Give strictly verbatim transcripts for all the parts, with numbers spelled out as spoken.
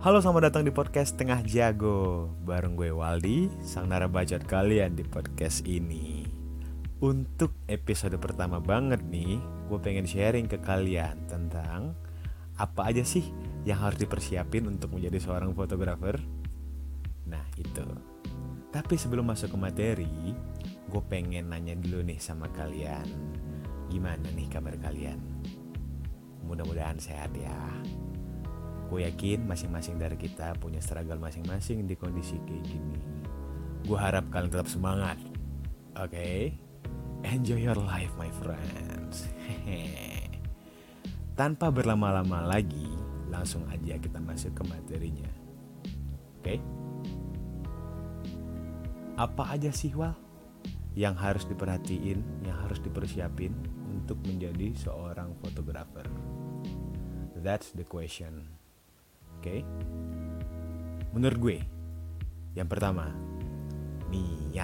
Halo, selamat datang di podcast Tengah Jago. Bareng gue Waldi, sang narabacot kalian di podcast ini. Untuk episode pertama banget nih, gue pengen sharing ke kalian tentang apa aja sih yang harus dipersiapin untuk menjadi seorang fotografer. Nah itu. Tapi sebelum masuk ke materi, gue pengen nanya dulu nih sama kalian. Gimana nih kabar kalian? Mudah-mudahan sehat ya. Gue yakin masing-masing dari kita punya struggle masing-masing di kondisi kayak gini. Gue harap kalian tetap semangat. Oke? Okay? Enjoy your life my friends. Tanpa berlama-lama lagi, langsung aja kita masuk ke materinya. Oke? Okay? Apa aja sih Wal yang harus diperhatiin, yang harus dipersiapin untuk menjadi seorang fotografer? That's the question. Oke, okay. Menurut gue, yang pertama, niat.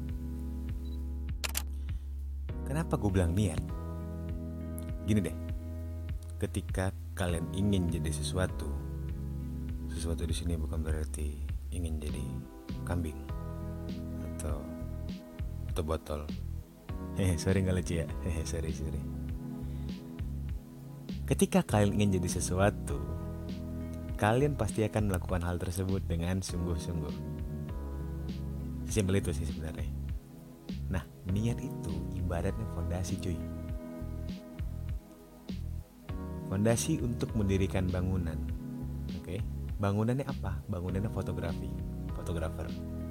Kenapa gue bilang niat? Gini deh, ketika kalian ingin jadi sesuatu, sesuatu di sini bukan berarti ingin jadi kambing atau atau botol. Hehe, sorry nggak lucu ya. Hehe, sorry sorry. Ketika kalian ingin jadi sesuatu, kalian pasti akan melakukan hal tersebut dengan sungguh-sungguh. Simpel itu sih sebenarnya. Nah, niat itu ibaratnya fondasi cuy. Fondasi untuk mendirikan bangunan. Oke, bangunannya apa? Bangunannya fotografi, fotografer.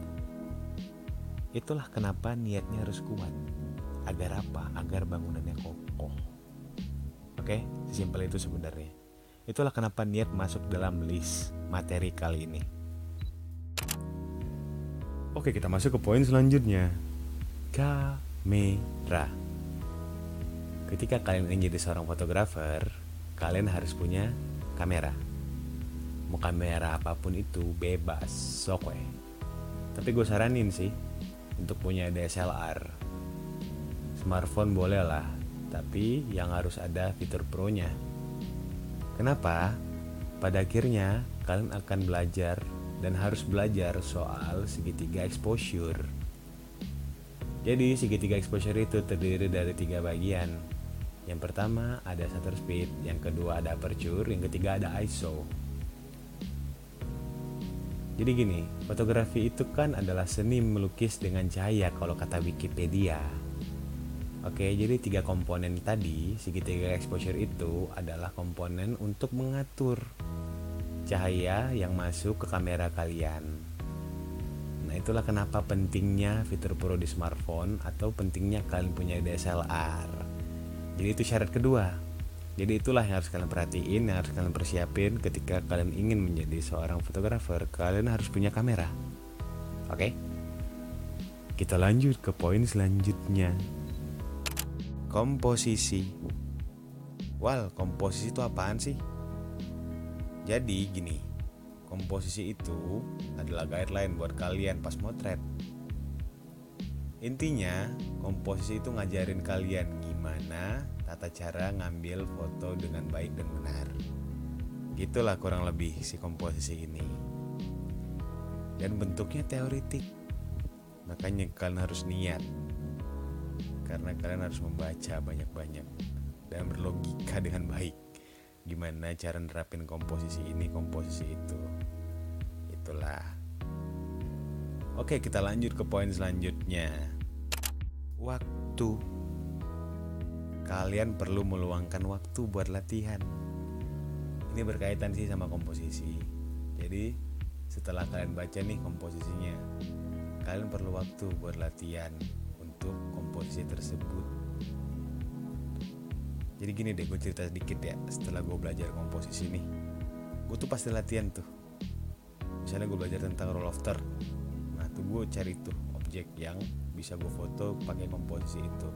Itulah kenapa niatnya harus kuat. Agar apa? Agar bangunannya kokoh. Oke, simpel itu sebenarnya. Itulah kenapa niat masuk dalam list materi kali ini. Oke, kita masuk ke poin selanjutnya. Kamera. Ketika kalian ingin jadi seorang fotografer, kalian harus punya kamera. Mau kamera apapun itu bebas, sok we. Tapi gue saranin sih untuk punya D S L R. Smartphone boleh lah, tapi yang harus ada fitur pro-nya. Kenapa? Pada akhirnya kalian akan belajar dan harus belajar soal segitiga exposure. Jadi segitiga exposure itu terdiri dari tiga bagian. Yang pertama ada shutter speed, yang kedua ada aperture, yang ketiga ada I S O. Jadi gini, fotografi itu kan adalah seni melukis dengan cahaya kalau kata Wikipedia. Oke, jadi tiga komponen tadi, segitiga exposure itu adalah komponen untuk mengatur cahaya yang masuk ke kamera kalian. Nah, itulah kenapa pentingnya fitur pro di smartphone atau pentingnya kalian punya D S L R. Jadi itu syarat kedua. Jadi itulah yang harus kalian perhatiin, yang harus kalian persiapin ketika kalian ingin menjadi seorang fotografer. Kalian harus punya kamera. Oke? Kita lanjut ke poin selanjutnya. Komposisi. Wal, komposisi itu apaan sih? Jadi gini, komposisi itu adalah guideline buat kalian pas motret. Intinya, komposisi itu ngajarin kalian gimana tata cara ngambil foto dengan baik dan benar. Gitulah kurang lebih si komposisi ini. Dan bentuknya teoritik. Makanya kalian harus niat. Karena kalian harus membaca banyak-banyak dan berlogika dengan baik gimana cara nerapin komposisi ini, komposisi itu. Itulah. Oke, kita lanjut ke poin selanjutnya. Waktu. Kalian perlu meluangkan waktu buat latihan. Ini berkaitan sih sama komposisi. Jadi setelah kalian baca nih komposisinya, kalian perlu waktu buat latihan untuk komposisi tersebut. Jadi gini deh, gue cerita sedikit ya. Setelah gue belajar komposisi nih, gue tuh pasti latihan tuh. Misalnya gue belajar tentang roll of third, nah tuh gue cari tuh objek yang bisa gue foto pakai komposisi itu.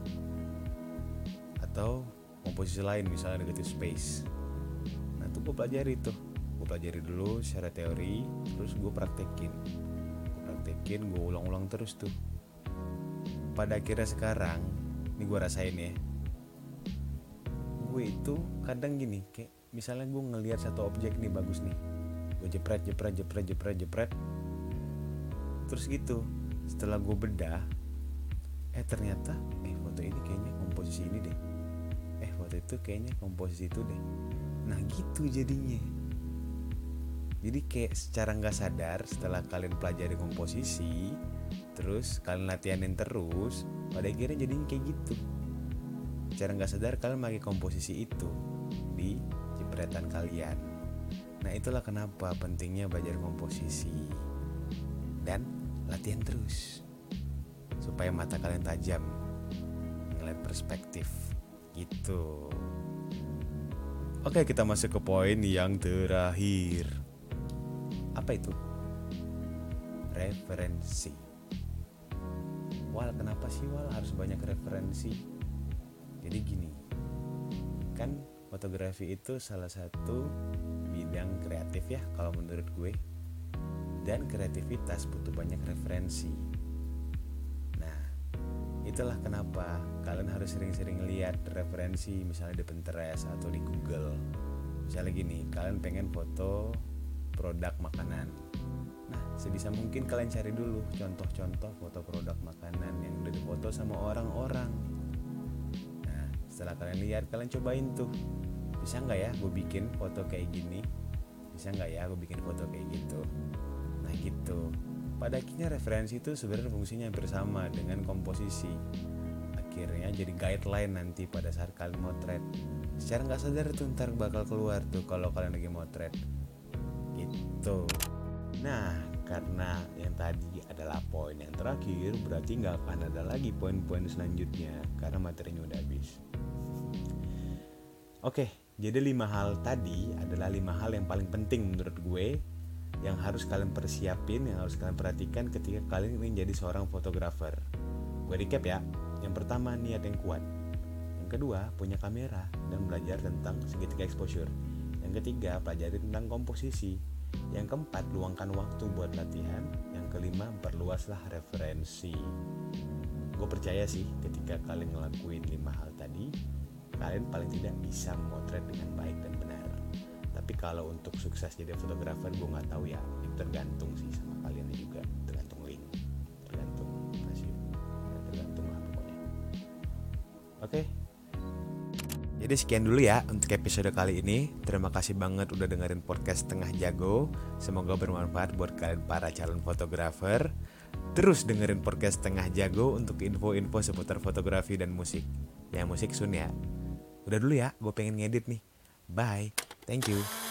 Atau komposisi lain misalnya negative space. Nah tuh gue pelajari tuh. Gue pelajari dulu secara teori, terus gue praktekin. Gue praktekin, gue ulang-ulang terus tuh. Pada akhirnya sekarang, ini gue rasain ya, gue itu kadang gini, kayak misalnya gue ngelihat satu objek nih bagus nih, Gue jepret jepret jepret jepret jepret terus gitu. Setelah gue bedah, eh ternyata eh foto ini kayaknya komposisi ini deh, eh foto itu kayaknya komposisi itu deh. Nah gitu jadinya. Jadi kayak secara gak sadar setelah kalian pelajari komposisi, terus kalian latihanin terus, pada akhirnya jadinya kayak gitu. Secara gak sadar kalian pakai komposisi itu di jepretan kalian. Nah itulah kenapa pentingnya belajar komposisi dan latihan terus supaya mata kalian tajam ngeliat perspektif gitu. Oke, kita masuk ke poin yang terakhir. Apa itu? Referensi. Wal, kenapa sih Wal harus banyak referensi? Jadi gini, kan fotografi itu salah satu bidang kreatif ya kalau menurut gue. Dan kreativitas butuh banyak referensi. Nah, itulah kenapa kalian harus sering-sering lihat referensi misalnya di Pinterest atau di Google. Misalnya gini, kalian pengen foto produk makanan. Nah, sebisa mungkin kalian cari dulu contoh-contoh foto produk makanan yang udah difoto sama orang-orang. Nah, setelah kalian lihat, kalian cobain tuh. Bisa nggak ya gue bikin foto kayak gini? Bisa nggak ya gue bikin foto kayak gitu? Nah gitu. Pada akhirnya referensi itu sebenarnya fungsinya hampir sama dengan komposisi. Akhirnya jadi guideline nanti pada saat kalian motret. Secara nggak sadar tuh ntar bakal keluar tuh kalau kalian lagi motret. Gitu. Nah, karena yang tadi adalah poin yang terakhir, berarti nggak akan ada lagi poin-poin selanjutnya karena materinya udah habis. Oke, jadi lima hal tadi adalah lima hal yang paling penting menurut gue, yang harus kalian persiapin, yang harus kalian perhatikan ketika kalian ingin jadi seorang fotografer. Gue recap ya. Yang pertama, niat yang kuat. Yang kedua, punya kamera dan belajar tentang segitiga exposure. Yang ketiga, pelajari tentang komposisi. Yang keempat, luangkan waktu buat latihan. Yang kelima, perluaslah referensi. Gue percaya sih ketika kalian ngelakuin lima hal tadi, kalian paling tidak bisa memotret dengan baik dan benar. Tapi kalau untuk sukses jadi fotografer, gue nggak tahu ya. Itu tergantung sih sama kalian juga, tergantung link, tergantung hasil, tergantung lah pokoknya. Oke. Jadi sekian dulu ya untuk episode kali ini. Terima kasih banget udah dengerin podcast Tengah Jago. Semoga bermanfaat buat kalian para calon fotografer. Terus dengerin podcast Tengah Jago untuk info-info seputar fotografi dan musik. Ya musik sun ya. Udah dulu ya, gue pengen ngedit nih. Bye, thank you.